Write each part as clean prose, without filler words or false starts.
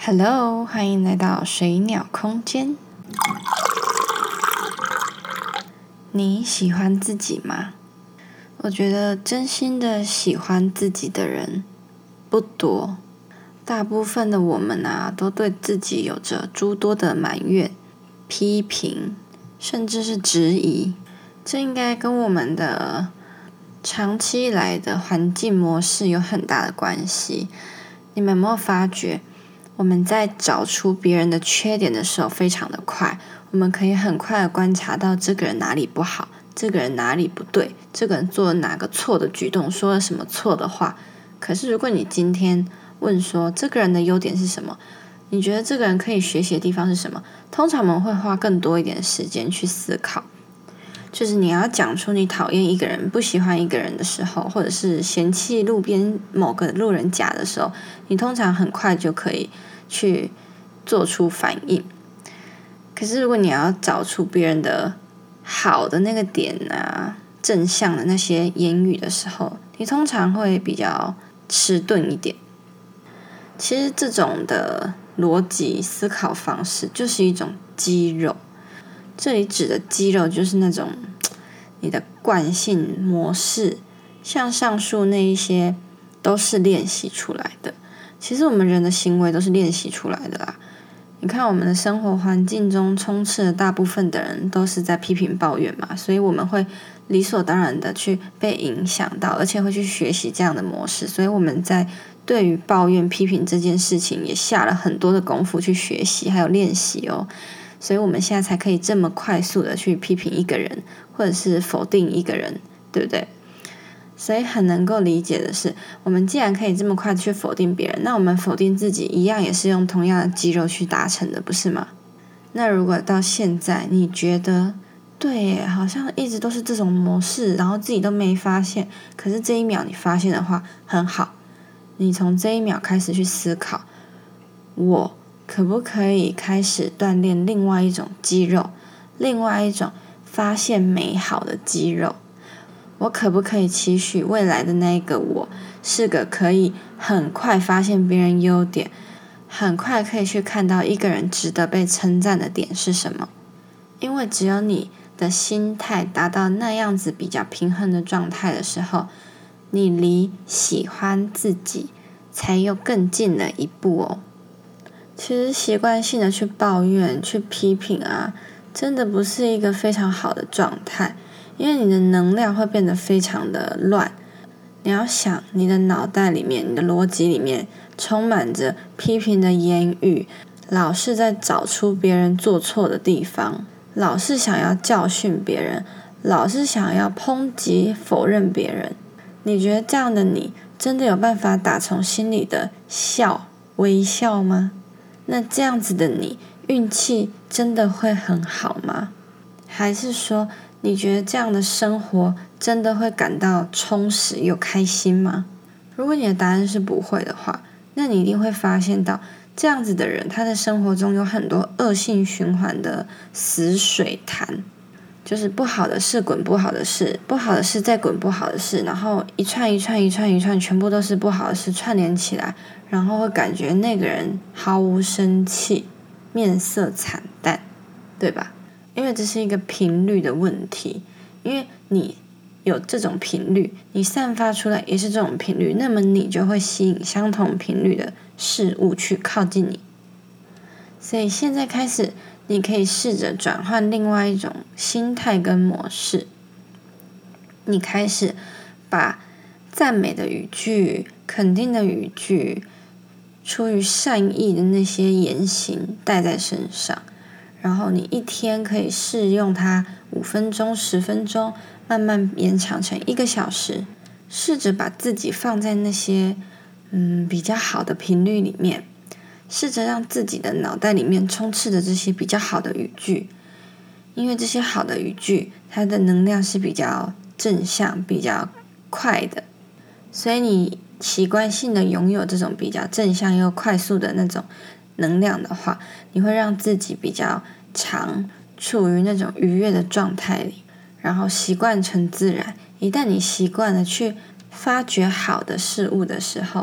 Hello， 欢迎来到水鸟空间。你喜欢自己吗？我觉得真心的喜欢自己的人不多，大部分的我们都对自己有着诸多的埋怨、批评，甚至是质疑。这应该跟我们的长期以来的环境模式有很大的关系。你们有没有发觉，我们在找出别人的缺点的时候非常的快，我们可以很快的观察到这个人哪里不好，这个人哪里不对，这个人做了哪个错的举动，说了什么错的话。可是如果你今天问说这个人的优点是什么，你觉得这个人可以学习的地方是什么，通常我们会花更多一点时间去思考。就是你要讲出你讨厌一个人、不喜欢一个人的时候，或者是嫌弃路边某个路人甲的时候，你通常很快就可以去做出反应。可是如果你要找出别人的好的那个点正向的那些言语的时候，你通常会比较迟钝一点。其实这种的逻辑思考方式就是一种肌肉，这里指的肌肉就是那种你的惯性模式，像上述那一些都是练习出来的。其实我们人的行为都是练习出来的啦。你看我们的生活环境中充斥的大部分的人都是在批评抱怨嘛，所以我们会理所当然的去被影响到，而且会去学习这样的模式。所以我们在对于抱怨批评这件事情也下了很多的功夫去学习还有练习哦。所以我们现在才可以这么快速的去批评一个人，或者是否定一个人，对不对？所以很能够理解的是，我们既然可以这么快的去否定别人，那我们否定自己一样也是用同样的肌肉去达成的，不是吗？那如果到现在你觉得对耶，好像一直都是这种模式，然后自己都没发现，可是这一秒你发现的话，很好，你从这一秒开始去思考，我可不可以开始锻炼另外一种肌肉，另外一种发现美好的肌肉？我可不可以期许未来的那个我是个可以很快发现别人优点，很快可以去看到一个人值得被称赞的点是什么？因为只有你的心态达到那样子比较平衡的状态的时候，你离喜欢自己才又更近了一步哦。其实习惯性的去抱怨、去批评真的不是一个非常好的状态，因为你的能量会变得非常的乱。你要想，你的脑袋里面、你的逻辑里面充满着批评的言语，老是在找出别人做错的地方，老是想要教训别人，老是想要抨击、否认别人。你觉得这样的你真的有办法打从心里的微笑吗？那这样子的你运气真的会很好吗？还是说你觉得这样的生活真的会感到充实又开心吗？如果你的答案是不会的话，那你一定会发现到这样子的人，他的生活中有很多恶性循环的死水潭，就是不好的事滚不好的事，不好的事再滚不好的事，然后一串一串一串一串，全部都是不好的事串联起来，然后会感觉那个人毫无生气，面色惨淡，对吧？因为这是一个频率的问题，因为你有这种频率，你散发出来也是这种频率，那么你就会吸引相同频率的事物去靠近你。所以现在开始，你可以试着转换另外一种心态跟模式，你开始把赞美的语句、肯定的语句、出于善意的那些言行带在身上，然后你一天可以试用它5分钟、10分钟，慢慢延长成1个小时，试着把自己放在那些比较好的频率里面，试着让自己的脑袋里面充斥着这些比较好的语句，因为这些好的语句它的能量是比较正向、比较快的，所以你习惯性的拥有这种比较正向又快速的那种能量的话，你会让自己比较常处于那种愉悦的状态里，然后习惯成自然。一旦你习惯了去发掘好的事物的时候，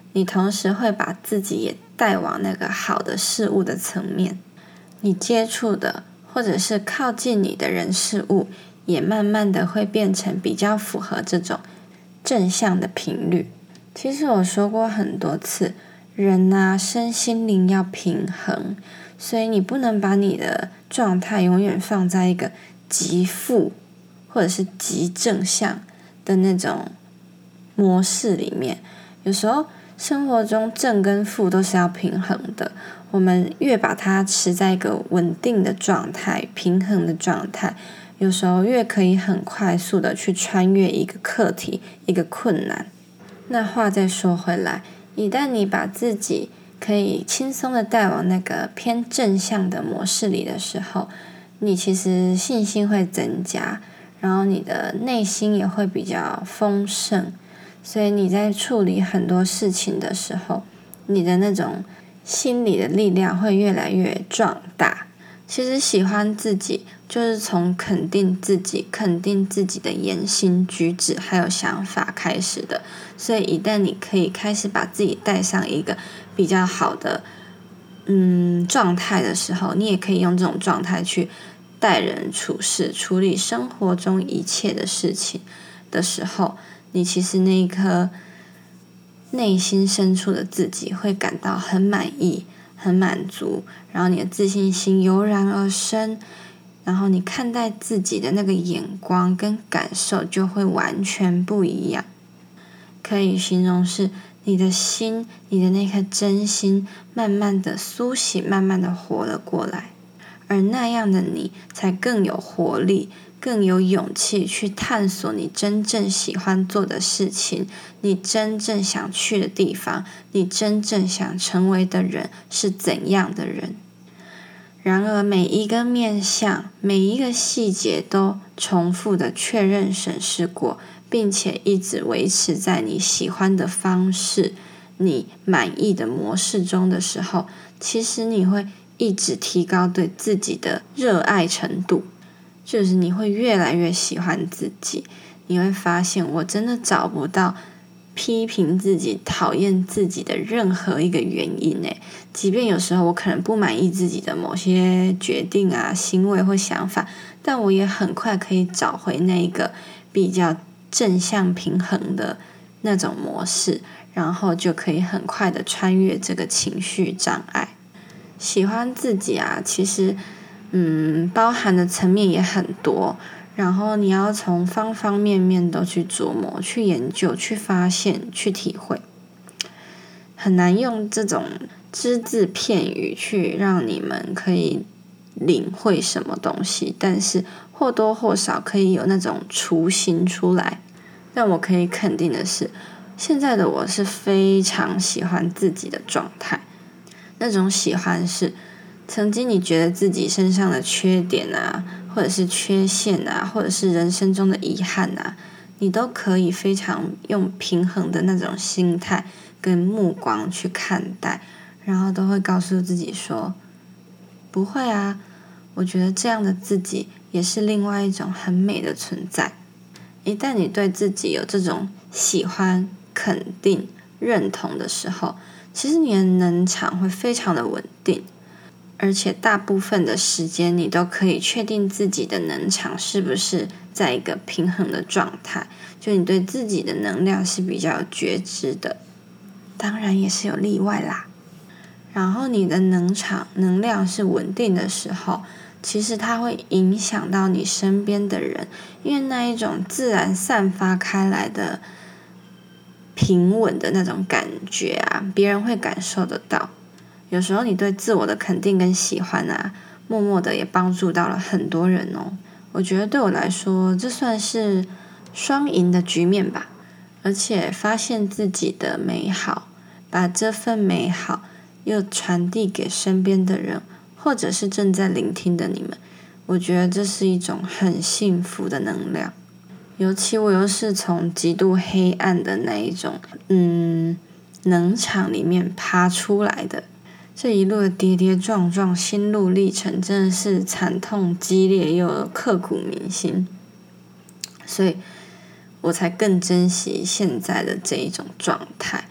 你同时会把自己也带往那个好的事物的层面，你接触的或者是靠近你的人事物，也慢慢的会变成比较符合这种正向的频率。其实我说过很多次，人啊，身心灵要平衡，所以你不能把你的状态永远放在一个极负或者是极正向的那种模式里面。有时候生活中正跟负都是要平衡的，我们越把它持在一个稳定的状态、平衡的状态，有时候越可以很快速的去穿越一个课题、一个困难。那话再说回来，一旦你把自己可以轻松的带往那个偏正向的模式里的时候，你其实信心会增加，然后你的内心也会比较丰盛，所以你在处理很多事情的时候，你的那种心理的力量会越来越壮大。其实喜欢自己就是从肯定自己的言行举止还有想法开始的，所以一旦你可以开始把自己带上一个比较好的状态的时候，你也可以用这种状态去待人处事，处理生活中一切的事情的时候，你其实那一颗内心深处的自己会感到很满意、很满足，然后你的自信心油然而生，然后你看待自己的那个眼光跟感受就会完全不一样。可以形容是你的心，你的那颗真心慢慢的苏醒，慢慢的活了过来，而那样的你才更有活力，更有勇气去探索你真正喜欢做的事情，你真正想去的地方，你真正想成为的人是怎样的人。然而每一个面向，每一个细节都重复的确认审视过，并且一直维持在你喜欢的方式，你满意的模式中的时候，其实你会一直提高对自己的热爱程度，就是你会越来越喜欢自己。你会发现我真的找不到批评自己、讨厌自己的任何一个原因耶。即便有时候我可能不满意自己的某些决定啊、行为或想法，但我也很快可以找回那一个比较正向平衡的那种模式，然后就可以很快的穿越这个情绪障碍。喜欢自己啊，其实包含的层面也很多，然后你要从方方面面都去琢磨、去研究、去发现、去体会，很难用这种只字片语去让你们可以领会什么东西，但是或多或少可以有那种雏形出来。但我可以肯定的是，现在的我是非常喜欢自己的状态。那种喜欢是曾经你觉得自己身上的缺点啊，或者是缺陷啊，或者是人生中的遗憾啊，你都可以非常用平衡的那种心态跟目光去看待，然后都会告诉自己说，不会啊，我觉得这样的自己也是另外一种很美的存在。一旦你对自己有这种喜欢、肯定、认同的时候，其实你的能场会非常的稳定，而且大部分的时间你都可以确定自己的能场是不是在一个平衡的状态，就你对自己的能量是比较有觉知的，当然也是有例外啦。然后你的能场能量是稳定的时候，其实它会影响到你身边的人，因为那一种自然散发开来的平稳的那种感觉啊，别人会感受得到。有时候你对自我的肯定跟喜欢啊，默默的也帮助到了很多人哦。我觉得对我来说，这算是双赢的局面吧。而且发现自己的美好，把这份美好又传递给身边的人，或者是正在聆听的你们，我觉得这是一种很幸福的能量。尤其我又是从极度黑暗的那一种能场里面爬出来的，这一路的跌跌撞撞心路历程真的是惨痛激烈又刻骨铭心，所以我才更珍惜现在的这一种状态，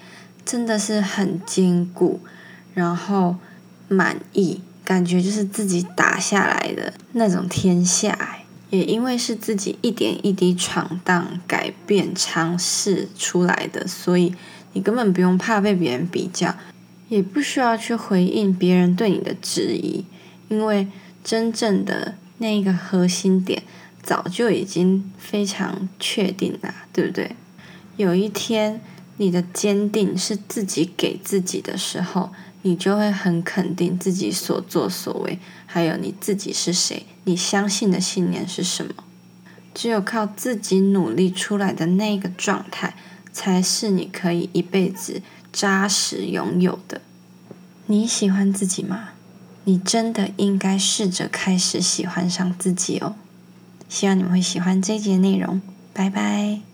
真的是很坚固，然后满意，感觉就是自己打下来的那种天下。也因为是自己一点一滴闯荡、改变、尝试出来的，所以你根本不用怕被别人比较，也不需要去回应别人对你的质疑，因为真正的那个核心点早就已经非常确定了，对不对？有一天你的坚定是自己给自己的时候，你就会很肯定自己所作所为，还有你自己是谁，你相信的信念是什么。只有靠自己努力出来的那个状态，才是你可以一辈子扎实拥有的。你喜欢自己吗？你真的应该试着开始喜欢上自己哦。希望你们会喜欢这一集的内容，拜拜。